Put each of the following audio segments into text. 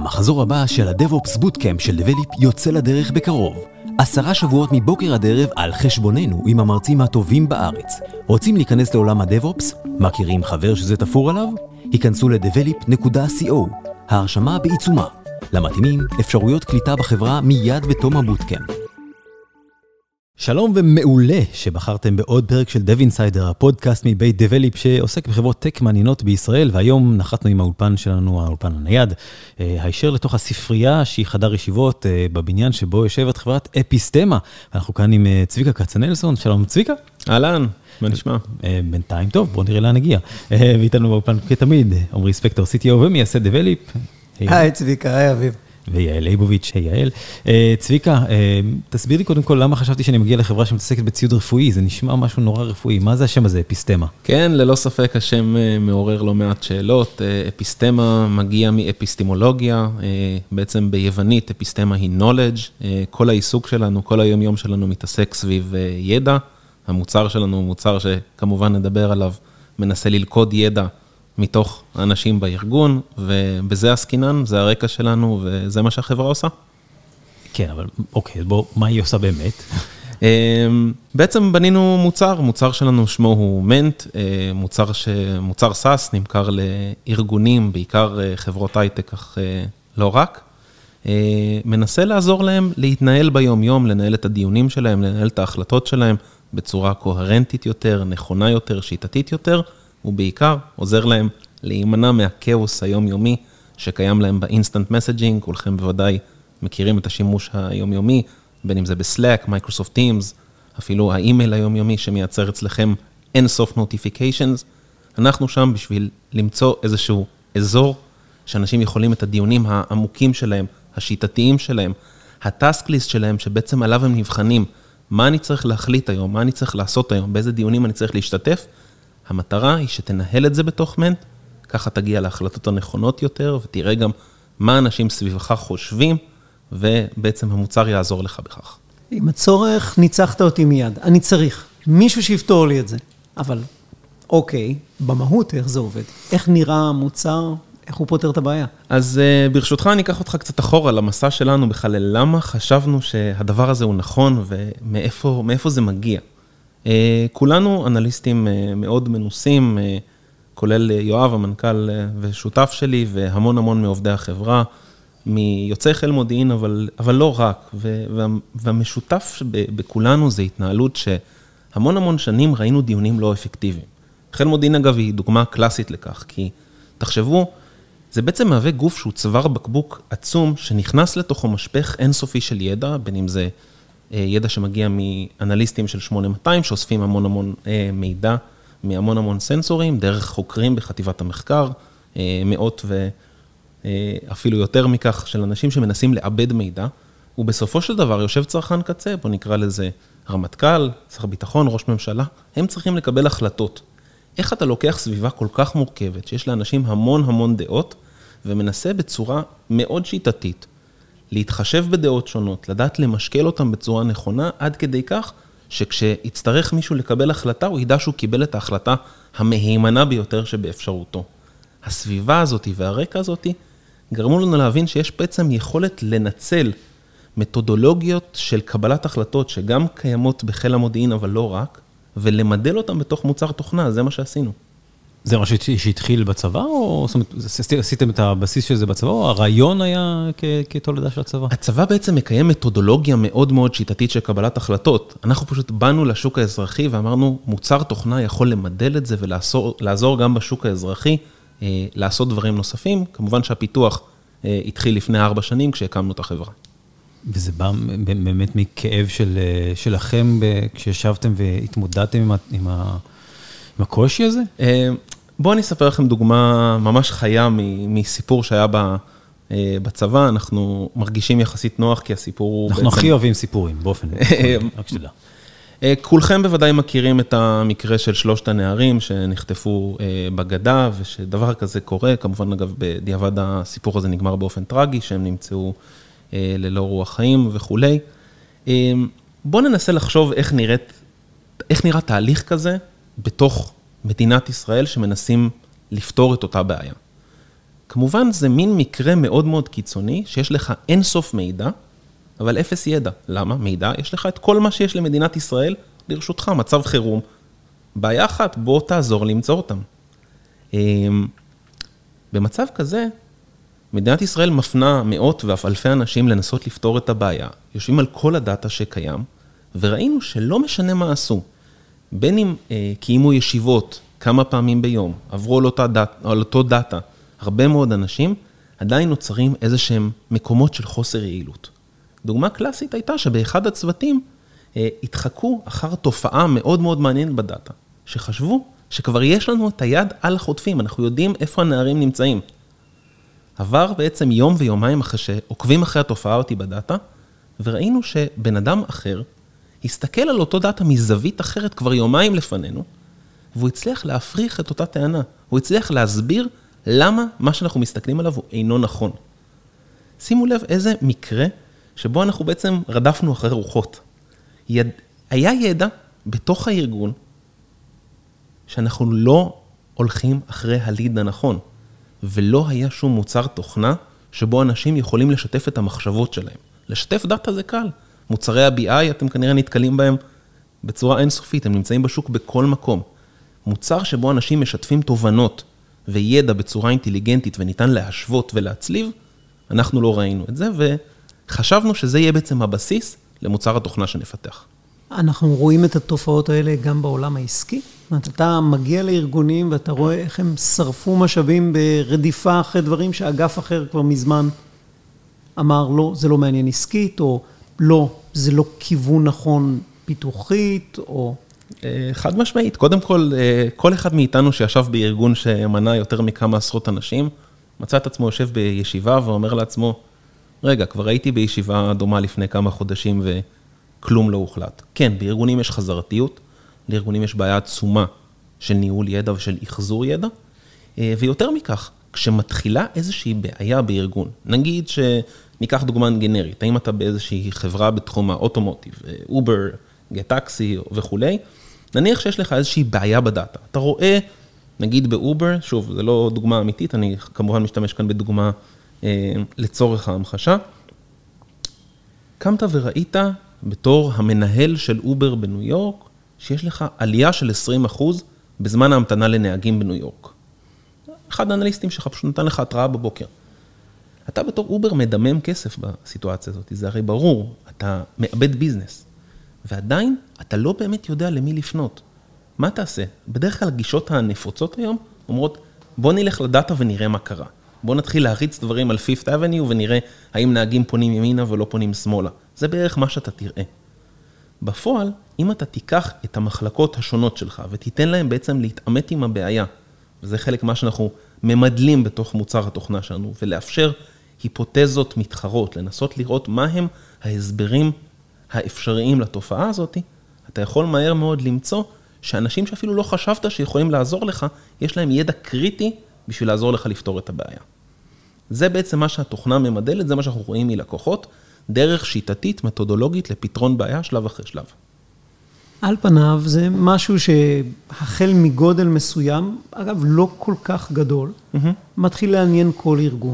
המחזור הבא של ה-DevOps Bootcamp של Develop יוצא לדרך בקרוב. 10 שבועות מבוקר עד ערב על חשבוננו עם המרצים הטובים בארץ. רוצים להיכנס לעולם ה-DevOps? מכירים חבר שזה תפור עליו? היכנסו ל-develop.co. ההרשמה בעיצומה. למתאימים, אפשרויות קליטה בחברה מיד בתום הבוטקאמפ. שלום ומעולה שבחרתם בעוד פרק של DevInsider, הפודקאסט מבית Develop שעוסק בחברות טק מעניינות בישראל, והיום נחתנו עם האולפן שלנו, האולפן הנייד, הישר לתוך הספרייה שהיא חדר ישיבות בבניין שבו יושבת חברת אפיסטמה. אנחנו כאן עם צביקה קצנלסון. שלום צביקה. אהלן, מה נשמע? בינתיים טוב, בוא נראה לאן נגיע. ואיתנו באולפן כתמיד, עומרי ספקטור, CTO ומייסד Develop. היי צביקה, היי אביב. ויעל ליבוביץ', היי יעל. צביקה, תסביר לי קודם כל למה חשבתי שאני מגיע לחברה שמתעסקת בציוד רפואי, זה נשמע משהו נורא רפואי, מה זה השם הזה, אפיסטמה? כן, ללא ספק השם מעורר לא מעט שאלות, אפיסטמה מגיע מאפיסטימולוגיה, בעצם ביוונית אפיסטמה היא knowledge, כל העיסוק שלנו, כל היום יום שלנו מתעסק סביב ידע, המוצר שלנו הוא מוצר שכמובן נדבר עליו, מנסה ללכוד ידע, מתוך האנשים בארגון, ובזה הסקינן, זה הרקע שלנו, וזה מה שהחברה עושה. כן, אבל אוקיי, בוא, מה היא עושה באמת? בעצם בנינו מוצר שלנו שמו הוא מנט, מוצר סאס, נמכר לארגונים, בעיקר חברות הייטק, אך לא רק. מנסה לעזור להם להתנהל ביום-יום, לנהל את הדיונים שלהם, לנהל את ההחלטות שלהם, בצורה קוהרנטית יותר, נכונה יותר, שיטתית יותר, ובעיקר עוזר להם להימנע מהכאוס היומיומי שקיים להם באינסטנט מסג'ינג, כולכם בוודאי מכירים את השימוש היומיומי, בין אם זה בסלאק, מייקרוסופט טימס, אפילו האימייל היומיומי שמייצר אצלכם אין-סוף נוטיפיקיישנס. אנחנו שם בשביל למצוא איזשהו אזור שאנשים יכולים את הדיונים העמוקים שלהם, השיטתיים שלהם, הטאסק ליסט שלהם שבעצם עליו הם נבחנים, מה אני צריך להחליט היום, מה אני צריך לעשות היום, באיזה דיונים אני צריך להשתתף. המטרה היא שתנהל את זה בתוך מנט, ככה תגיע להחלטות הנכונות יותר, ותראה גם מה אנשים סביבך חושבים, ובעצם המוצר יעזור לך בכך. עם הצורך ניצחת אותי מיד, אני צריך מישהו שיפתור לי את זה, אבל אוקיי, במהות איך זה עובד? איך נראה המוצר? איך הוא פותר את הבעיה? אז ברשותך אני אקח אותך קצת אחורה למסע שלנו בכלל, למה חשבנו שהדבר הזה הוא נכון, ומאיפה זה מגיע. כולנו אנליסטים מאוד מנוסים, כולל יואב, המנכ"ל ושותף שלי, והמון מעובדי החברה, מיוצאי חיל מודיעין, אבל לא רק. והמשותף בכולנו זה התנהלות שהמון שנים ראינו דיונים לא אפקטיביים. חיל מודיעין אגב היא דוגמה קלאסית לכך, כי תחשבו, זה בעצם מהווה גוף שהוא צוואר בקבוק עצום, שנכנס לתוכו משפך אינסופי של ידע, בין אם זה ידע שמגיע מאנליסטים של 8200, שאוספים המון מידע, מהמון סנסורים, דרך חוקרים בחטיבת המחקר, מאות ואפילו יותר מכך של אנשים שמנסים לאבד מידע, ובסופו של דבר יושב צרכן קצה, בוא נקרא לזה רמטכ"ל, שר ביטחון, ראש ממשלה, הם צריכים לקבל החלטות. איך אתה לוקח סביבה כל כך מורכבת, שיש לאנשים המון דעות, ומנסה בצורה מאוד שיטתית, להתחשב בדעות שונות, לדעת למשקל אותם בצורה נכונה, עד כדי כך שכשיצטרך מישהו לקבל החלטה, הוא ידע שהוא קיבל את ההחלטה המהימנה ביותר שבאפשרותו. הסביבה הזאת והרקע הזאת גרמו לנו להבין שיש בעצם יכולת לנצל מתודולוגיות של קבלת החלטות, שגם קיימות בחיל המודיעין, אבל לא רק, ולמדל אותם בתוך מוצר תוכנה, זה מה שעשינו. זה מה שהתחיל בצבא, או זאת אומרת, עשיתם את הבסיס של זה בצבא, או הרעיון היה כתולדה של הצבא? הצבא בעצם מקיים מתודולוגיה מאוד שיטתית של קבלת החלטות. אנחנו פשוט באנו לשוק האזרחי ואמרנו, מוצר תוכנה יכול למדל את זה ולעזור גם בשוק האזרחי, לעשות דברים נוספים. כמובן שהפיתוח התחיל לפני 4 שנים כשהקמנו את החברה. וזה בא באמת מכאב שלכם כשישבתם והתמודדתם עם הקושי הזה? בואו אני אספר לכם דוגמה ממש חיה מסיפור שהיה בצבא, אנחנו מרגישים יחסית נוח כי הסיפור הוא אנחנו הכי אוהבים סיפורים, באופן, רק שתדע. כולכם בוודאי מכירים את המקרה של 3 הנערים שנחטפו בגדה, ושדבר כזה קורה, כמובן אגב בדיעבד הסיפור הזה נגמר באופן טרגי, שהם נמצאו ללא רוח חיים וכולי. בואו ננסה לחשוב איך נראה תהליך כזה בתוך מדינת ישראל שמנסים לפתור את אותה בעיה. כמובן זה מין מקרה מאוד מאוד קיצוני, שיש לך אין סוף מידע, אבל אפס ידע. למה? מידע, יש לך את כל מה שיש למדינת ישראל לרשותך, מצב חירום. בעיה אחת, בוא תעזור למצוא אותם. במצב כזה, מדינת ישראל מפנה מאות ואף אלפי אנשים לנסות לפתור את הבעיה, יושבים על כל הדאטה שקיים, וראינו שלא משנה מה עשו, בין אם קיימו ישיבות כמה פעמים ביום, עברו על אותו דאטה, הרבה מאוד אנשים, עדיין נוצרים איזשהם מקומות של חוסר יעילות. דוגמה קלאסית הייתה שבאחד הצוותים התחקו אחר תופעה מאוד מאוד מעניינת בדאטה, שחשבו שכבר יש לנו את היד על החוטפים, אנחנו יודעים איפה הנערים נמצאים. עבר בעצם יום ויומיים אחרי שעוקבים אחרי התופעה אותי בדאטה, וראינו שבן אדם אחר הסתכל על אותו דאטה מזווית אחרת כבר יומיים לפנינו, והוא הצליח להפריך את אותה טענה. הוא הצליח להסביר למה מה שאנחנו מסתכלים עליו הוא אינו נכון. שימו לב איזה מקרה שבו אנחנו בעצם רדפנו אחרי רוחות. היה ידע בתוך הארגון שאנחנו לא הולכים אחרי הליד הנכון, ולא היה שום מוצר תוכנה שבו אנשים יכולים לשתף את המחשבות שלהם. לשתף דאטה זה קל. מוצרי ה-BI אתם כנראה נתקלים בהם בצורה אינסופית, הם נמצאים בשוק בכל מקום. מוצר שבו אנשים משתפים תובנות וידע בצורה אינטליגנטית וניתן להשוות ולהצליב, אנחנו לא ראינו את זה, וחשבנו שזה יהיה בעצם הבסיס למוצר התוכנה שנפתח. אנחנו רואים את התופעות האלה גם בעולם העסקי. אתה מגיע לארגונים ואתה רואה איך הם שרפו משאבים ברדיפה אחרי דברים שאגף אחר כבר מזמן אמר, לא, זה לא מעניין עסקית, או לא, זה לא כיוון נכון פיתוחית, או... חד משמעית. קודם כל, כל אחד מאיתנו שישב בארגון שמנה יותר מכמה עשרות אנשים, מצא את עצמו יושב בישיבה ואומר לעצמו, רגע, כבר הייתי בישיבה דומה לפני כמה חודשים וכלום לא הוחלט. כן, בארגונים יש חזרתיות, לארגונים יש בעיה עצומה של ניהול ידע ושל החזור ידע, ויותר מכך, כשמתחילה איזושהי בעיה בארגון, נגיד שניקח דוגמה גנרית, האם אתה באיזושהי חברה בתחום האוטומוטיב, אובר, גט-טקסי וכו', נניח שיש לך איזושהי בעיה בדאטה. אתה רואה, נגיד באובר, שוב, זה לא דוגמה אמיתית, אני כמובן משתמש כאן בדוגמה לצורך ההמחשה, קמת וראית בתור המנהל של אובר בניו יורק, שיש לך עלייה של 20% בזמן ההמתנה לנהגים בניו יורק. אחד האנליסטים שלך פשוט נתן לך התראה בבוקר. אתה בתור אובר מדמם כסף בסיטואציה הזאת, זה הרי ברור, אתה מאבד ביזנס, ועדיין אתה לא באמת יודע למי לפנות. מה תעשה? בדרך כלל הגישות הנפוצות היום אומרות, בוא נלך לדאטה ונראה מה קרה. בוא נתחיל להריץ דברים על פיפט אבניו ונראה האם נהגים פונים ימינה ולא פונים שמאלה. זה בערך מה שאתה תראה. בפועל, אם אתה תיקח את המחלקות השונות שלך ותיתן להם בעצם להתעמת עם הבעיה, וזה חלק מה שאנחנו ממדלים בתוך מוצר התוכנה שלנו, ולאפשר היפותזות מתחרות, לנסות לראות מה הם ההסברים האפשריים לתופעה הזאת, אתה יכול מהר מאוד למצוא שאנשים שאפילו לא חשבת שיכולים לעזור לך, יש להם ידע קריטי בשביל לעזור לך לפתור את הבעיה. זה בעצם מה שהתוכנה ממדלת, זה מה שאנחנו רואים מלקוחות, דרך שיטתית, מתודולוגית, לפתרון בעיה, שלב אחרי שלב. על פניו זה משהו שהחל מגודל מסוים, אגב לא כל כך גדול, מתחיל לעניין כל ארגון.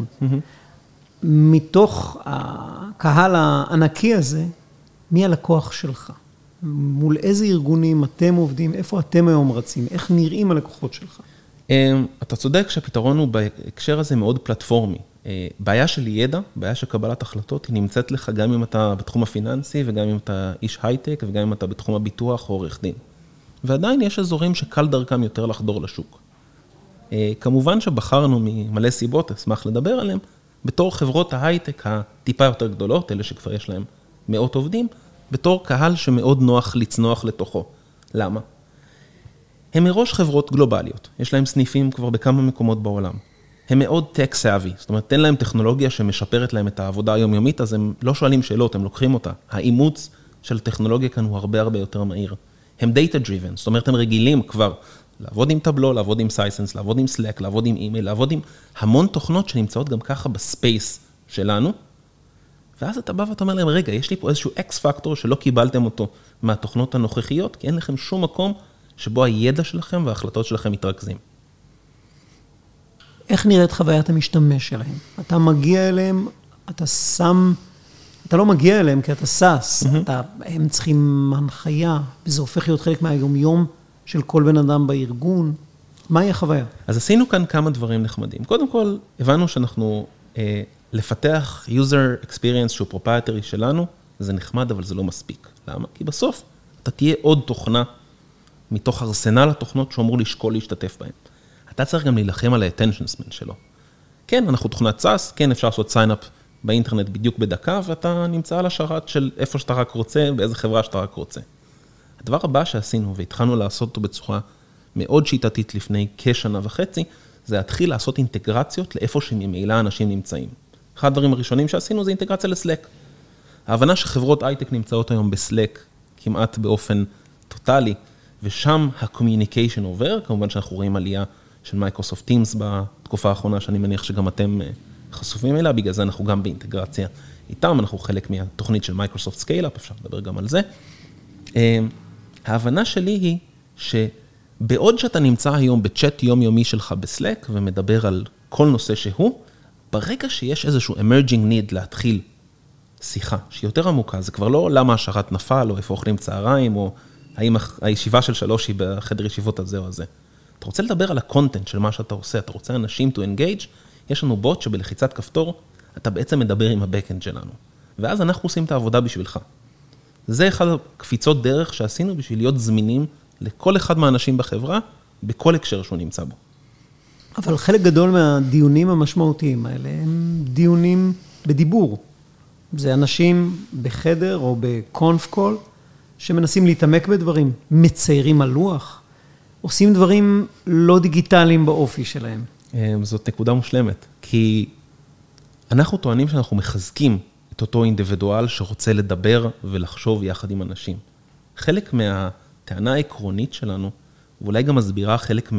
מתוך הקהל הענקי הזה, מי הלקוח שלך? מול איזה ארגונים אתם עובדים? איפה אתם היום רצים? איך נראים הלקוחות שלך? אתה צודק שהפתרון הוא בהקשר הזה מאוד פלטפורמי. בעיה של ידע, בעיה של קבלת החלטות, היא נמצאת לך גם אם אתה בתחום הפיננסי, וגם אם אתה איש הייטק, וגם אם אתה בתחום הביטוח או עורך דין. ועדיין יש אזורים שקל דרכם יותר לחדור לשוק. כמובן שבחרנו ממלא סיבות, אשמח לדבר עליהם, בתור חברות ההייטק הטיפה יותר גדולות, אלה שכבר יש להם מאות עובדים, בתור קהל שמאוד נוח לצנוח לתוכו. למה? הם מראש חברות גלובליות, יש להם סניפים כבר בכמה מקומות בעולם. הם מאוד tech savvy, זאת אומרת, תן להם טכנולוגיה שמשפרת להם את העבודה היומיומית, אז הם לא שואלים שאלות, הם לוקחים אותה. האימוץ של טכנולוגיה כאן הוא הרבה הרבה יותר מהיר. הם data driven, זאת אומרת, הם רגילים כבר לעבוד עם טבלו, לעבוד עם סייסנס, לעבוד עם Slack, לעבוד עם אימייל, לעבוד עם המון תוכנות שנמצאות גם ככה בספייס שלנו, ואז אתה בא ואתה אומר להם, רגע, יש לי פה איזשהו X פקטור שלא קיבלתם אותו מהתוכנות הנוכחיות, כי אין לכם שום מקום שבו הידע שלכם וההחלטות שלכם מתרכזים. איך נראית חוויית המשתמש שלהם? אתה מגיע אליהם, אתה לא מגיע אליהם כי אתה סס, הם צריכים הנחיה, וזה הופך להיות חלק מהיום-יום של כל בן אדם בארגון. מהי החוויה? אז עשינו כאן כמה דברים נחמדים. קודם כל, הבנו שאנחנו לפתח user experience שהוא פרופרייטרי שלנו, זה נחמד, אבל זה לא מספיק. למה? כי בסוף אתה תהיה עוד תוכנה מתוך ארסנל התוכנות שהוא אמור לשקול להשתתף בהן. אתה צריך גם להילחם על ה-attention span שלו. כן, אנחנו תוכנת SaaS, כן, אפשר לעשות sign-up באינטרנט בדיוק בדקה, ואתה נמצא על השרת של איפה שאתה רק רוצה, באיזה חברה שאתה רק רוצה. הדבר הבא שעשינו, והתחלנו לעשות אותו בצורה מאוד שיטתית לפני כשנה וחצי, זה להתחיל לעשות אינטגרציות לאיפה שממילא אנשים נמצאים. אחד הדברים הראשונים שעשינו זה אינטגרציה לסלק. ההבנה שחברות הייטק נמצאות היום בסלק כמעט באופן טוטלי, ושם ה-communication עובר, כמובן שאנחנו רואים עלייה של מייקרוסופט טימס בתקופה האחרונה, שאני מניח שגם אתם חשופים אליה, בגלל זה אנחנו גם באינטגרציה איתם, אנחנו חלק מהתוכנית של מייקרוסופט סקייל-אפ, אפשר לדבר גם על זה. ההבנה שלי היא שבעוד שאתה נמצא היום בצ'אט יומיומי שלך בסלק, ומדבר על כל נושא שהוא, ברגע שיש איזשהו emerging need להתחיל שיחה, שהיא יותר עמוקה, זה כבר לא למה השרת נפל, או איפה אוכלים צהריים, או האם הישיבה של 3 היא בחדר ישיבות הזה או הזה. אתה רוצה לדבר על הקונטנט של מה שאתה עושה, אתה רוצה אנשים to engage, יש לנו בוט שבלחיצת כפתור, אתה בעצם מדבר עם הבקאנד שלנו. ואז אנחנו עושים את העבודה בשבילך. זה אחד הקפיצות דרך שעשינו בשביל להיות זמינים לכל אחד מהאנשים בחברה, בכל הקשר שהוא נמצא בו. אבל חלק גדול מהדיונים המשמעותיים האלה, הם דיונים בדיבור. זה אנשים בחדר או בקונף קול, שמנסים להתעמק בדברים, מציירים על לוח, עושים דברים לא דיגיטליים באופי שלהם. זאת נקודה מושלמת, כי אנחנו טוענים שאנחנו מחזקים את אותו אינדיבידואל שרוצה לדבר ולחשוב יחד עם אנשים. חלק מהטענה העקרונית שלנו, ואולי גם מסבירה חלק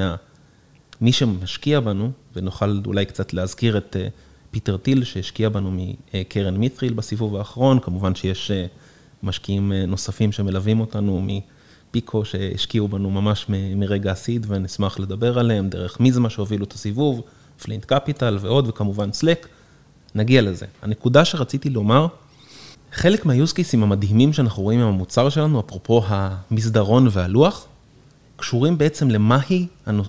מי שמשקיע בנו, ונוכל אולי קצת להזכיר את פיטר טיל שהשקיע בנו מקרן מית'ריל בסיבוב האחרון, כמובן שיש משקיעים נוספים שמלווים אותנו מפיקו שהשקיעו בנו ממש מרגע הסיד, ונשמח לדבר עליהם, דרך מיזמה שהובילו את הסיבוב, פלינט קפיטל ועוד, וכמובן סלק, נגיע לזה. הנקודה שרציתי לומר, חלק מהיוז קייסים המדהימים שאנחנו רואים עם המוצר שלנו, אפרופו המסדרון והלוח, קשורים בעצם למהי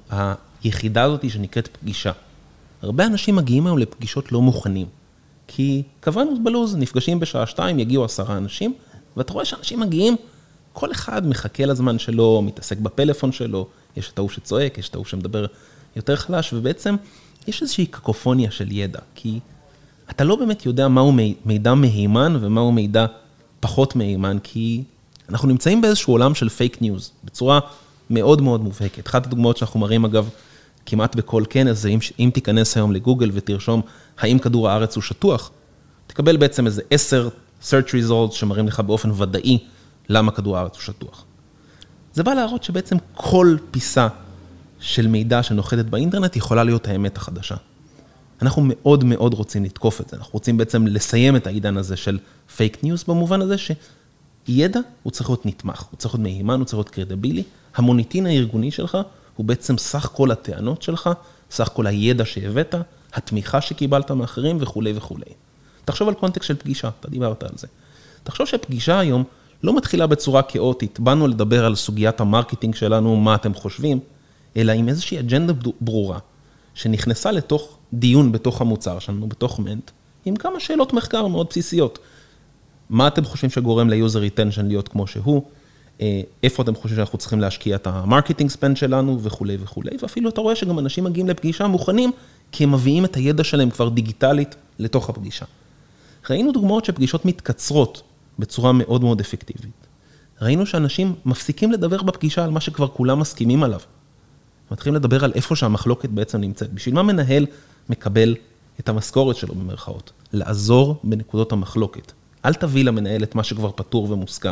היחידה הזאת שנקראת פגישה. הרבה אנשים מגיעים היום לפגישות לא מוכנים, כי קבענו בלוז, נפגשים בשעה 2, יגיעו 10 אנשים, ואתה רואה שאנשים מגיעים, כל אחד מחכה לזמן שלו, מתעסק בפלאפון שלו, יש את ההוא שצועק, יש את ההוא שמדבר יותר חלש, ובעצם יש איזושהי קקופוניה של ידע, כי אתה לא באמת יודע מהו מידע מהימן ומהו מידע פחות מהימן, כי אנחנו נמצאים באיזשהו עולם של פייק ניוז, בצורה מאוד מאוד מובהקת. אחת הדוגמאות שאנחנו מראים אגב, כמעט בכל כנס, זה אם תיכנס היום לגוגל ותרשום, האם כדור הארץ הוא שטוח, תקבל בעצם איזה 10 search results שמראים לך באופן ודאי, למה כדור הארץ הוא שטוח. זה בא להראות שבעצם כל פיסה של מידע שנוחתת באינטרנט, יכולה להיות האמת החדשה. אנחנו מאוד מאוד רוצים לתקוף את זה, אנחנו רוצים בעצם לסיים את העידן הזה של פייק ניוז, במובן הזה שידע הוא צריך להיות נתמך, הוא צריך להיות מהימן, הוא צריך להיות קרדיבילי, המוניטין הארגוני שלך, הוא בעצם סך כל הטענות שלך, סך כל הידע שהבאת, התמיכה שקיבלת מאחרים וכו' וכו'. תחשוב על קונטקסט של פגישה, אתה דיברת על זה. תחשוב שפגישה היום לא מתחילה בצורה כאוטית, באנו לדבר על סוגיית המרקטינג שלנו, מה אתם חושבים, אלא עם איזושהי אג'נדה ברורה, שנכנסה לתוך דיון בתוך המוצר שלנו, בתוך מנט, עם כמה שאלות מחקר מאוד בסיסיות. מה אתם חושבים שגורם ליוזר ריטנשן להיות כמו שהוא? איפה אתם חושבים שאנחנו צריכים להשקיע את המרקטינג ספנד שלנו וכו' וכו'. ואפילו אתה רואה שגם אנשים מגיעים לפגישה מוכנים, כי הם מביאים את הידע שלהם כבר דיגיטלית לתוך הפגישה. ראינו דוגמאות שפגישות מתקצרות בצורה מאוד מאוד אפקטיבית. ראינו שאנשים מפסיקים לדבר בפגישה על מה שכבר כולם מסכימים עליו. מתחילים לדבר על איפה שהמחלוקת בעצם נמצאת. בשביל מה מנהל מקבל את המשכורת שלו במרכאות? לעזור בנקודות המחלוקת. אל תביא למנהל את מה שכבר פתור ומוסכם.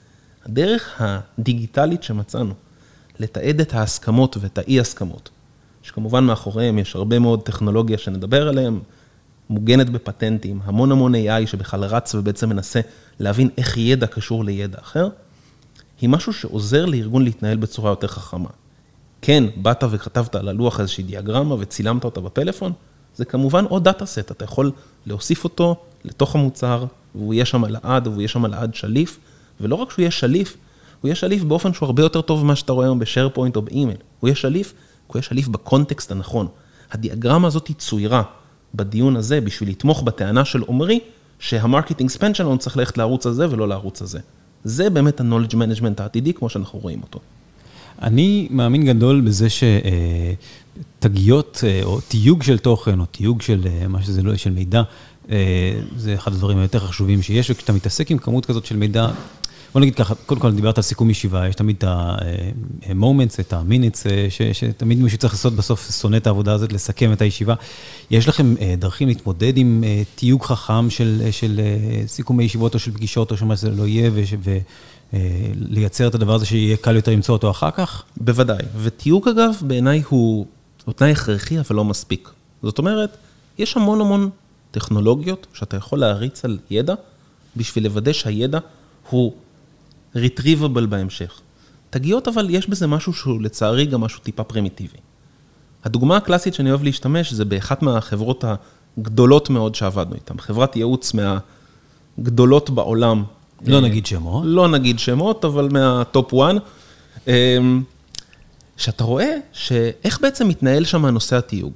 הדרך הדיגיטלית שמצאנו, לתעד את ההסכמות ואת האי-הסכמות, שכמובן מאחוריהם יש הרבה מאוד טכנולוגיה שנדבר עליהם, מוגנת בפטנטים, המון AI שבכלל רץ ובעצם מנסה להבין איך ידע קשור לידע אחר, היא משהו שעוזר לארגון להתנהל בצורה יותר חכמה. כן, באת וכתבת על הלוח איזושהי דיאגרמה וצילמת אותה בפלאפון, זה כמובן עוד דאטה סט, אתה יכול להוסיף אותו לתוך המוצר, והוא יהיה שם לעד, והוא יהיה שם לעד שליף, ולא רק שהוא יהיה שליף, הוא יהיה שליף באופן שהוא הרבה יותר טוב ממה שאתה רואה היום בשארפוינט או באימייל. הוא יהיה שליף בקונטקסט הנכון. הדיאגרמה הזאת היא צוירה בדיון הזה, בשביל לתמוך בטענה של עומרי, שהמרקטינג ספנד שלנו צריך ללכת לערוץ הזה ולא לערוץ הזה. זה באמת ה-knowledge management העתידי, כמו שאנחנו רואים אותו. אני מאמין גדול בזה שתגיות או תיוג של תוכן או תיוג של מה שזה לא, של מידע, זה אחד הדברים היותר חשובים שיש, וכשאתה מתעסק עם כמות כזאת של מידע, בוא נגיד ככה, קודם כל דיברת על סיכום ישיבה, יש תמיד את ה-moments, את ה-minutes, שתמיד מישהו צריך לעשות בסוף שונא את העבודה הזאת, לסכם את הישיבה. יש לכם דרכים להתמודד עם תיוג חכם של סיכומי ישיבות או של פגישות או שמה שזה לא יהיה, ולייצר את הדבר הזה שיהיה קל יותר למצוא אותו אחר כך? בוודאי, ותיוג אגב בעיניי הוא תנאי הכרחי אבל לא מספיק. זאת אומרת, יש המון טכנולוגיות שאתה יכול להריץ על ידע, בשביל לוודא שהידע הוא retrievable בהמשך. תגיות אבל יש בזה משהו שהוא לצערי גם משהו טיפה פרימיטיבי. הדוגמה הקלאסית שאני אוהב להשתמש זה באחת מהחברות הגדולות מאוד שעבדנו איתן. חברת ייעוץ מהגדולות בעולם. לא נגיד שמות. לא נגיד שמות, אבל מהטופ 1. שאתה רואה שאיך בעצם מתנהל שם הנושא התיוג.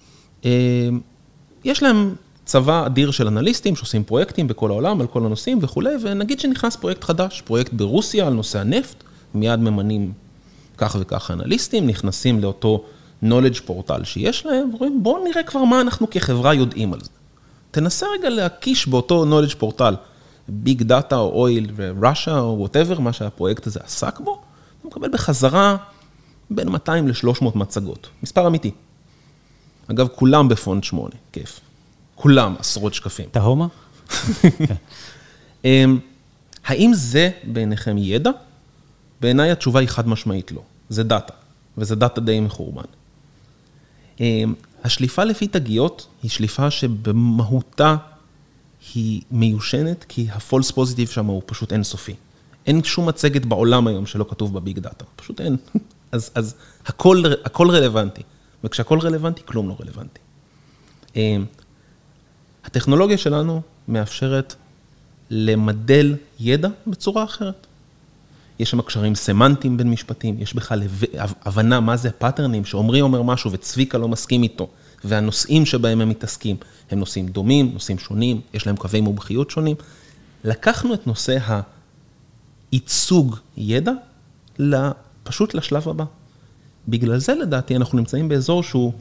יש להם צבא אדיר של אנליסטים שעושים פרויקטים בכל העולם, על כל הנושאים וכו', ונגיד שנכנס פרויקט חדש, פרויקט ברוסיה על נושא הנפט, מיד ממנים כך וכך אנליסטים, נכנסים לאותו knowledge פורטל שיש להם, ורואים בואו נראה כבר מה אנחנו כחברה יודעים על זה. תנסה רגע להקיש באותו knowledge פורטל, ביג דאטה או אויל ורשיה או whatever, מה שהפרויקט הזה עסק בו, אתה מקבל בחזרה בין 200 ל-300 מצגות, מספר אמיתי. אגב, כולם בפונט 8, כיף. כולם עשרות שקפים. תהומה? האם זה בעיניכם ידע? בעיניי התשובה היא חד משמעית לא. זה דאטה, וזה דאטה די מחורבן. השליפה לפי תגיות היא שליפה שבמהותה היא מיושנת, כי ה-false positive שם הוא פשוט אינסופי. אין שום מצגת בעולם היום שלא כתוב בביג דאטה. פשוט אין. אז הכל רלוונטי. וכשהכל רלוונטי, כלום לא רלוונטי. הטכנולוגיה שלנו מאפשרת למדל ידע בצורה אחרת. יש שם קשרים סמנטיים בין משפטים, יש בכלל הבנה מה זה הפאטרנים, שעומרי אומר משהו וצביקה לא מסכים איתו, והנושאים שבהם הם מתעסקים, הם נושאים דומים, נושאים שונים, יש להם קווי מומחיות שונים. לקחנו את נושא הייצוג ידע פשוט לשלב הבא. בגלל זה לדעתי אנחנו נמצאים באזור שהוא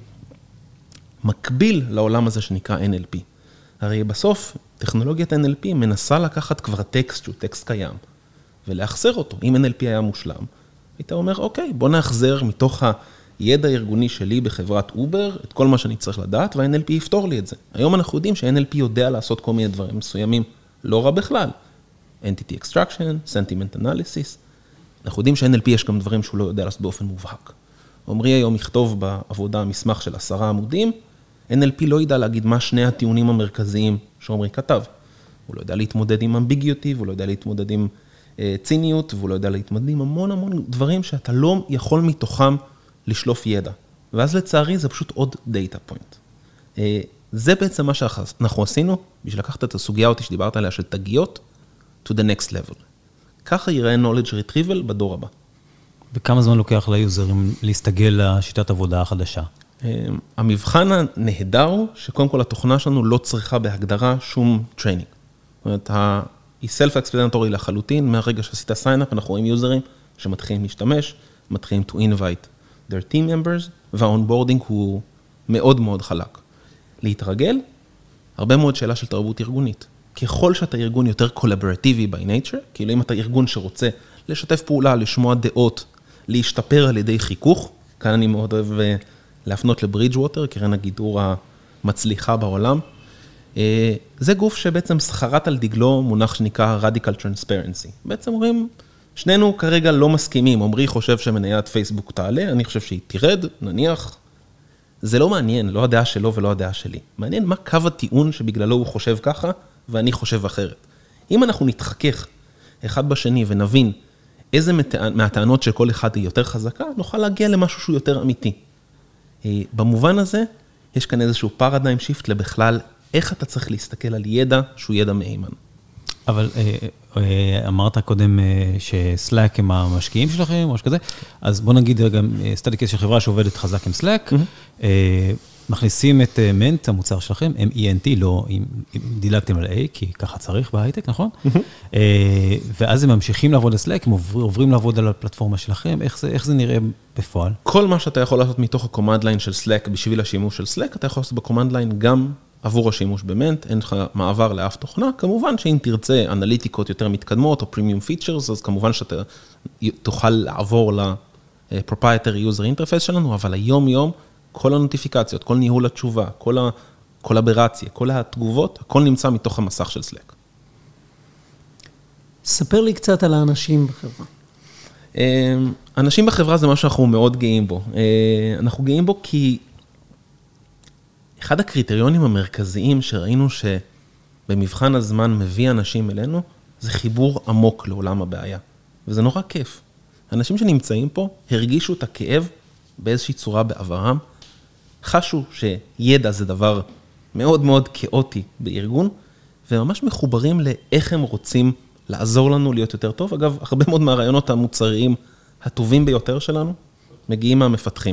מקביל לעולם הזה שנקרא NLP. הרי בסוף טכנולוגיית NLP מנסה לקחת כבר טקסט שהוא טקסט קיים, ולהחזר אותו. אם NLP היה מושלם, היית אומר, אוקיי, בוא נחזר מתוך הידע הארגוני שלי בחברת אובר, את כל מה שאני צריך לדעת, וה-NLP יפתור לי את זה. היום אנחנו יודעים שה-NLP יודע לעשות כל מיני דברים מסוימים, לא רע בכלל. Entity Extraction, Sentiment Analysis. אנחנו יודעים שה-NLP יש גם דברים שהוא לא יודע לעשות באופן מובהק. עומרי היום יכתוב בעבודה מסמך של 10 עמודים, NLP לא ידע להגיד מה שני הטיעונים המרכזיים שעומרי כתב. הוא לא יודע להתמודד עם אמביגיוטי, והוא לא יודע להתמודד עם ציניות, והוא לא יודע להתמודד עם המון דברים שאתה לא יכול מתוכם לשלוף ידע. ואז לצערי זה פשוט עוד דאטה פוינט. זה בעצם מה שאנחנו עשינו, בשביל לקחת את הסוגיה אותי שדיברת עליה של תגיות, to the next level. ככה ייראה knowledge retrieval בדור הבא. וכמה זמן לוקח ליוזרים להסתגל לשיטת עבודה החדשה? המבחן הנהדר הוא שקודם כל התוכנה שלנו לא צריכה בהגדרה שום טריינינג. זאת אומרת, היא self-explanatory לחלוטין, מהרגע שעשית sign-up, אנחנו רואים יוזרים שמתחילים להשתמש, מתחילים to invite their team members, והאונבורדינג הוא מאוד מאוד חלק. להתרגל, הרבה מאוד שאלה של תרבות ארגונית. ככל שאתה ארגון יותר קולברטיבי by nature, כאילו אם אתה ארגון שרוצה לשתף פעולה, לשמוע דעות, להשתפר על ידי חיכוך, כאן אני מאוד אוהב להפנות לברידג'ווטר, קרן הגידור המצליחה בעולם. זה גוף שבעצם סחרט על דגלו מונח שנקרא Radical Transparency. בעצם אומרים, שנינו כרגע לא מסכימים, עומרי חושב שמניית פייסבוק תעלה, אני חושב שהיא תירד, נניח. זה לא מעניין, לא הדעה שלו ולא הדעה שלי. מעניין מה קו הטיעון שבגללו הוא חושב ככה, ואני חושב אחרת. אם אנחנו נתחכך אחד בשני ונבין איזה מהטענות של כל אחד היא יותר חזקה, נוכל להגיע למשהו שהוא יותר אמיתי. במובן הזה, יש כאן איזשהו פרדיים שיפט לבכלל, איך אתה צריך להסתכל על ידע שהוא ידע מהימן. אבל אמרת קודם שסלאק הם המשקיעים שלכם, או שכזה, אז בוא נגיד גם סטאדי קייס של חברה שעובדת חזק עם סלאק, מכניסים את מנט, המוצר שלכם, M-E-N-T, לא אם דילגתם על A, כי ככה צריך בהייטק, נכון? ואז הם ממשיכים לעבוד על סלאק, הם עוברים לעבוד על הפלטפורמה שלכם, איך זה נראה בפועל? כל מה שאתה יכול לעשות מתוך הקומנד ליין של סלאק, בשביל השימוש של סלאק, אתה יכול לעשות בקומנד ליין גם עבור השימוש במנט, אין לך מעבר לאף תוכנה, כמובן שאם תרצה אנליטיקות יותר מתקדמות, או פרימיום פיצ'רס, אז כמובן שאתה תוכל לעבור ל-proprietary user interface שלנו, אבל היום-יום, כל הנוטיפיקציות, כל ניהול התשובה, כל הקולברציה, כל התגובות, הכל נמצא מתוך המסך של סלאק. ספר לי קצת על האנשים בחברה. אנשים בחברה זה מה שאנחנו מאוד גאים בו. אנחנו גאים בו כי אחד הקריטריונים המרכזיים שראינו שבמבחן הזמן מביא אנשים אלינו, זה חיבור עמוק לעולם הבעיה. וזה נורא כיף. אנשים שנמצאים פה הרגישו את הכאב באיזושהי צורה בעברם, חשו שידע זה דבר מאוד מאוד כאוטי בארגון, וממש מחוברים לאיך הם רוצים לעזור לנו להיות יותר טוב. אגב, הרבה מאוד מהרעיונות המוצריים הטובים ביותר שלנו מגיעים מהמפתחים.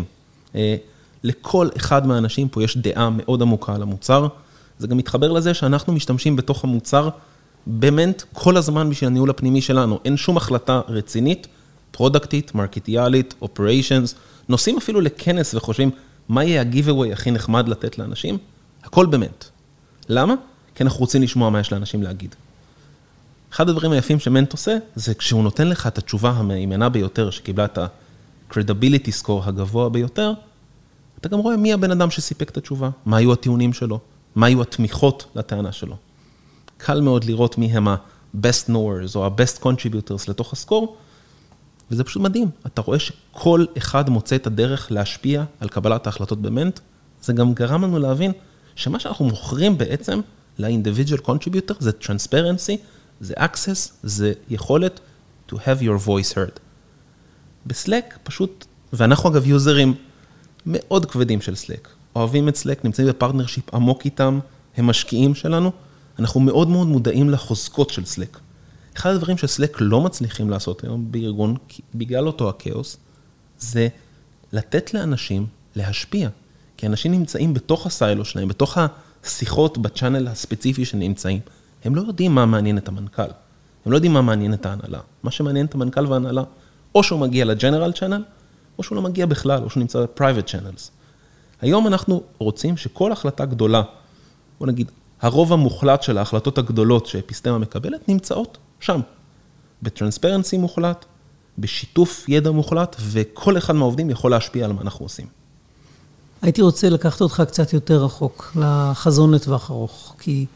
לכל אחד מהאנשים פה יש דעה מאוד עמוקה על המוצר. זה גם מתחבר לזה שאנחנו משתמשים בתוך המוצר במנט כל הזמן בשביל הניהול הפנימי שלנו. אין שום החלטה רצינית, פרודקטית, מרקטיאלית, אופריישנס, נוסעים אפילו לכנס וחושבים מה יהיה הגיבווי הכי נחמד לתת לאנשים, הכל במנט. למה? כי אנחנו רוצים לשמוע מה יש לאנשים להגיד. אחד הדברים היפים שמנט עושה, זה כשהוא נותן לך את התשובה המהימנה ביותר, שקיבלה את ה-credibility score הגבוה ביותר, אתה גם רואה מי הבן אדם שסיפק את התשובה, מה היו הטיעונים שלו, מה היו התמיכות לטענה שלו. קל מאוד לראות מי הם ה-best knowers או ה-best contributors לתוך הסקור, וזה פשוט מדהים. אתה רואה שכל אחד מוצא את הדרך להשפיע על קבלת ההחלטות במנט. זה גם גרם לנו להבין שמה שאנחנו מוכרים בעצם ל-individual contributor זה transparency, זה access, זה יכולת to have your voice heard. בסלאק פשוט, ואנחנו אגב יוזרים מאוד כבדים של סלאק, אוהבים את סלאק, נמצאים בפרטנרשיפ עמוק איתם, הם משקיעים שלנו, אנחנו מאוד מאוד מודעים לחוזקות של סלאק. אחד הדברים שסלאק לא מצליחים לעשות היום בארגון, בגלל אותו הכאוס, זה לתת לאנשים להשפיע. כי אנשים נמצאים בתוך הסיילו שלהם, בתוך השיחות בצ'אנל הספציפי שנמצאים. הם לא יודעים מה מעניין את המנכ"ל. הם לא יודעים מה מעניין את ההנהלה. מה שמעניין את המנכ"ל וההנהלה, או שהוא מגיע לג'נרל צ'אנל, או שהוא לא מגיע בכלל, או שהוא נמצא בפרייבט צ'אנלס. היום אנחנו רוצים שכל החלטה גדולה, בוא נגיד, הרוב המוחלט של ההחלטות הגדולות שאפיסטמה מקבלת, נמצאות שם. בטרנספרנסי מוחלט, בשיתוף ידע מוחלט, וכל אחד מהעובדים יכול להשפיע על מה אנחנו עושים. הייתי רוצה לקחת אותך קצת יותר רחוק, לחזון לטווח ארוך, כי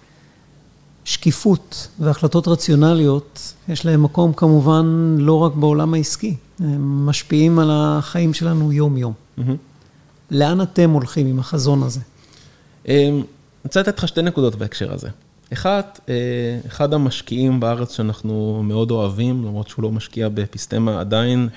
שקיפות והחלטות רציונליות, יש להם מקום כמובן לא רק בעולם העסקי, הם משפיעים על החיים שלנו יום-יום. לאן אתם הולכים עם החזון הזה? אני רוצה לתת לך שתי נקודות בהקשר הזה. אחד המשקיעים בארץ שאנחנו מאוד אוהבים, למרות שהוא לא משקיע באפיסטמה עדיין,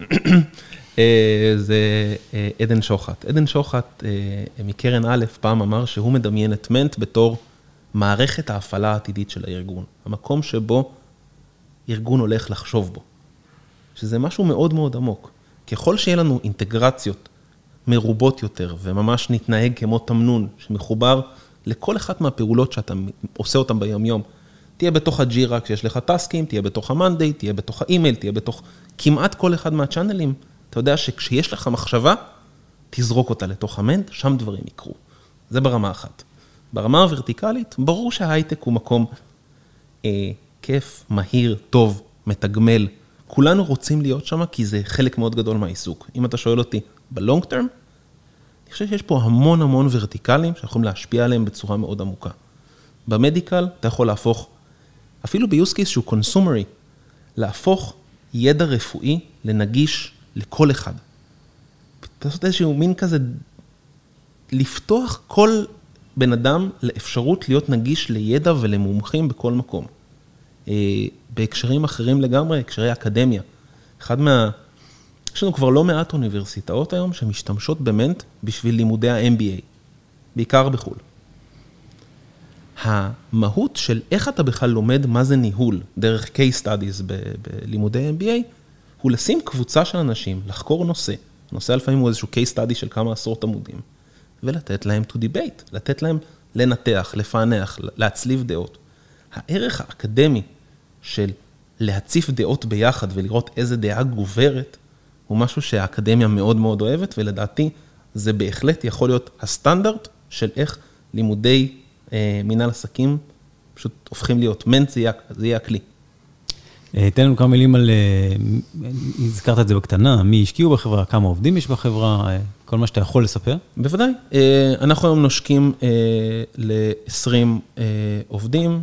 זה עדן שוחט. עדן שוחט מקרן א' פעם אמר שהוא מדמיין את מנט בתור מערכת ההפעלה העתידית של הארגון. המקום שבו ארגון הולך לחשוב בו. שזה משהו מאוד מאוד עמוק. ככל שיהיה לנו אינטגרציות מרובות יותר, וממש נתנהג כמו תמנון שמחובר לכל אחת מהפעולות שאתה עושה אותן ביום-יום. תהיה בתוך הג'ירה כשיש לך טסקים, תהיה בתוך המנדי, תהיה בתוך האימייל, תהיה בתוך כמעט כל אחד מהצ'אנלים. אתה יודע שכשיש לך מחשבה, תזרוק אותה לתוך המנט, שם דברים יקרו. זה ברמה אחת. ברמה הוורטיקלית, ברור שההייטק הוא מקום כיף, מהיר, טוב, מתגמל. כולנו רוצים להיות שם כי זה חלק מאוד גדול מהעיסוק. אם אתה שואל אותי, בלונג טרם, אני חושב שיש פה המון המון ורטיקלים שיכולים להשפיע עליהם בצורה מאוד עמוקה. במדיקל אתה יכול להפוך, אפילו ביוס קייס שהוא קונסומרי, להפוך ידע רפואי לנגיש לכל אחד. לעשות איזשהו מין כזה, לפתוח כל בן אדם לאפשרות להיות נגיש לידע ולמומחים בכל מקום. בהקשרים אחרים לגמרי, הקשרי אקדמיה. יש לנו כבר לא מעט אוניברסיטאות היום שמשתמשות במנט בשביל לימודי ה-MBA, בעיקר בחו"ל. המהות של איך אתה בכלל לומד מה זה ניהול דרך case studies בלימודי MBA, הוא לשים קבוצה של אנשים, לחקור נושא. הנושא לפעמים הוא איזשהו case study של כמה עשרות עמודים, ולתת להם to debate, לתת להם לנתח, לפענח, להצליב דעות. הערך האקדמי של להציף דעות ביחד ולראות איזה דעה גוברת, הוא משהו שהאקדמיה מאוד מאוד אוהבת, ולדעתי זה בהחלט יכול להיות הסטנדרט של איך לימודי מנהל עסקים פשוט הופכים להיות מנט, זה יהיה הכלי. תן לנו כמה מילים על, הזכרת את זה בקטנה, מי השקיעו בחברה, כמה עובדים יש בחברה, כל מה שאתה יכול לספר? בוודאי. אנחנו היום נושקים ל-20 עובדים,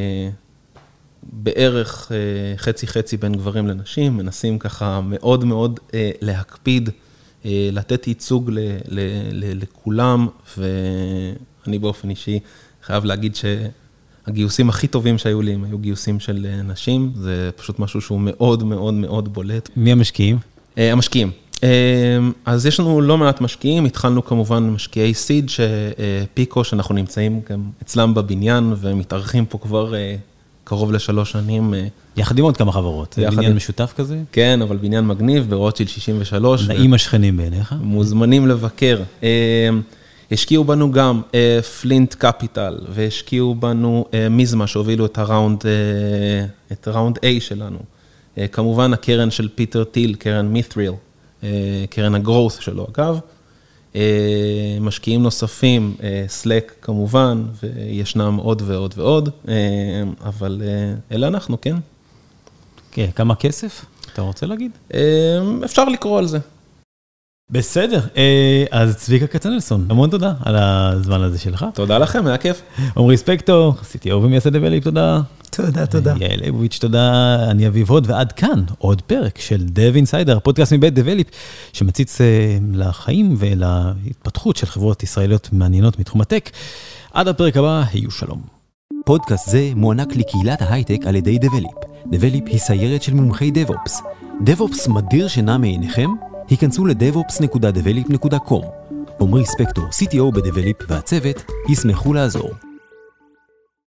בערך חצי-חצי בין גברים לנשים, מנסים ככה מאוד מאוד להקפיד, לתת ייצוג לכולם, ואני באופן אישי חייב להגיד שהגיוסים הכי טובים שהיו לי, הם היו גיוסים של נשים, זה פשוט משהו שהוא מאוד מאוד מאוד בולט. מי המשקיעים? המשקיעים. אז יש לנו לא מעט משקיעים, התחלנו כמובן משקיעי סיד, שפיקו, שאנחנו נמצאים גם אצלם בבניין, ומתארחים פה כבר קרוב ל3 שנים. יחד עם עוד כמה חברות, זה בניין משותף כזה? כן, אבל בניין מגניב, ברוטשילד 63. נעים השכנים בעיניך? מוזמנים לבקר. השקיעו בנו גם פלינט קפיטל, והשקיעו בנו מיזמה, שהובילו את ראונד A שלנו. כמובן הקרן של פיטר טיל, קרן מית'ריל, קרן הגרוס שלו אגב. משקיעים נוספים, סלק כמובן, וישנם עוד ועוד ועוד, אבל אלה אנחנו, כן. כן, כמה כסף אתה רוצה להגיד? אפשר לקרוא על זה. בסדר, אז צביקה כצנלסון, המון תודה על הזמן הזה שלך. תודה לכם, היה כיף. עומרי ספקטור, CTO ומייסד דבליפ, תודה. תודה. יעל ליבוביץ', תודה. אני אביב הוד, ועד כאן עוד פרק של Dev Insider, הפודקאסט מבית דבליפ, שמציץ לחיים ולהתפתחות של חברות ישראליות מעניינות מתחום הטק. עד הפרק הבא, היו שלום. פודקאסט זה מוענק לקהילת ההייטק על ידי דבליפ. דבליפ היא סיירת של מומחי DevOps. DevOps מדיר שינה מעיניכם? היכנסו ל-devops.develop.com. עומרי ספקטור, CTO בדבליפ והצוות, ישמחו לעזור.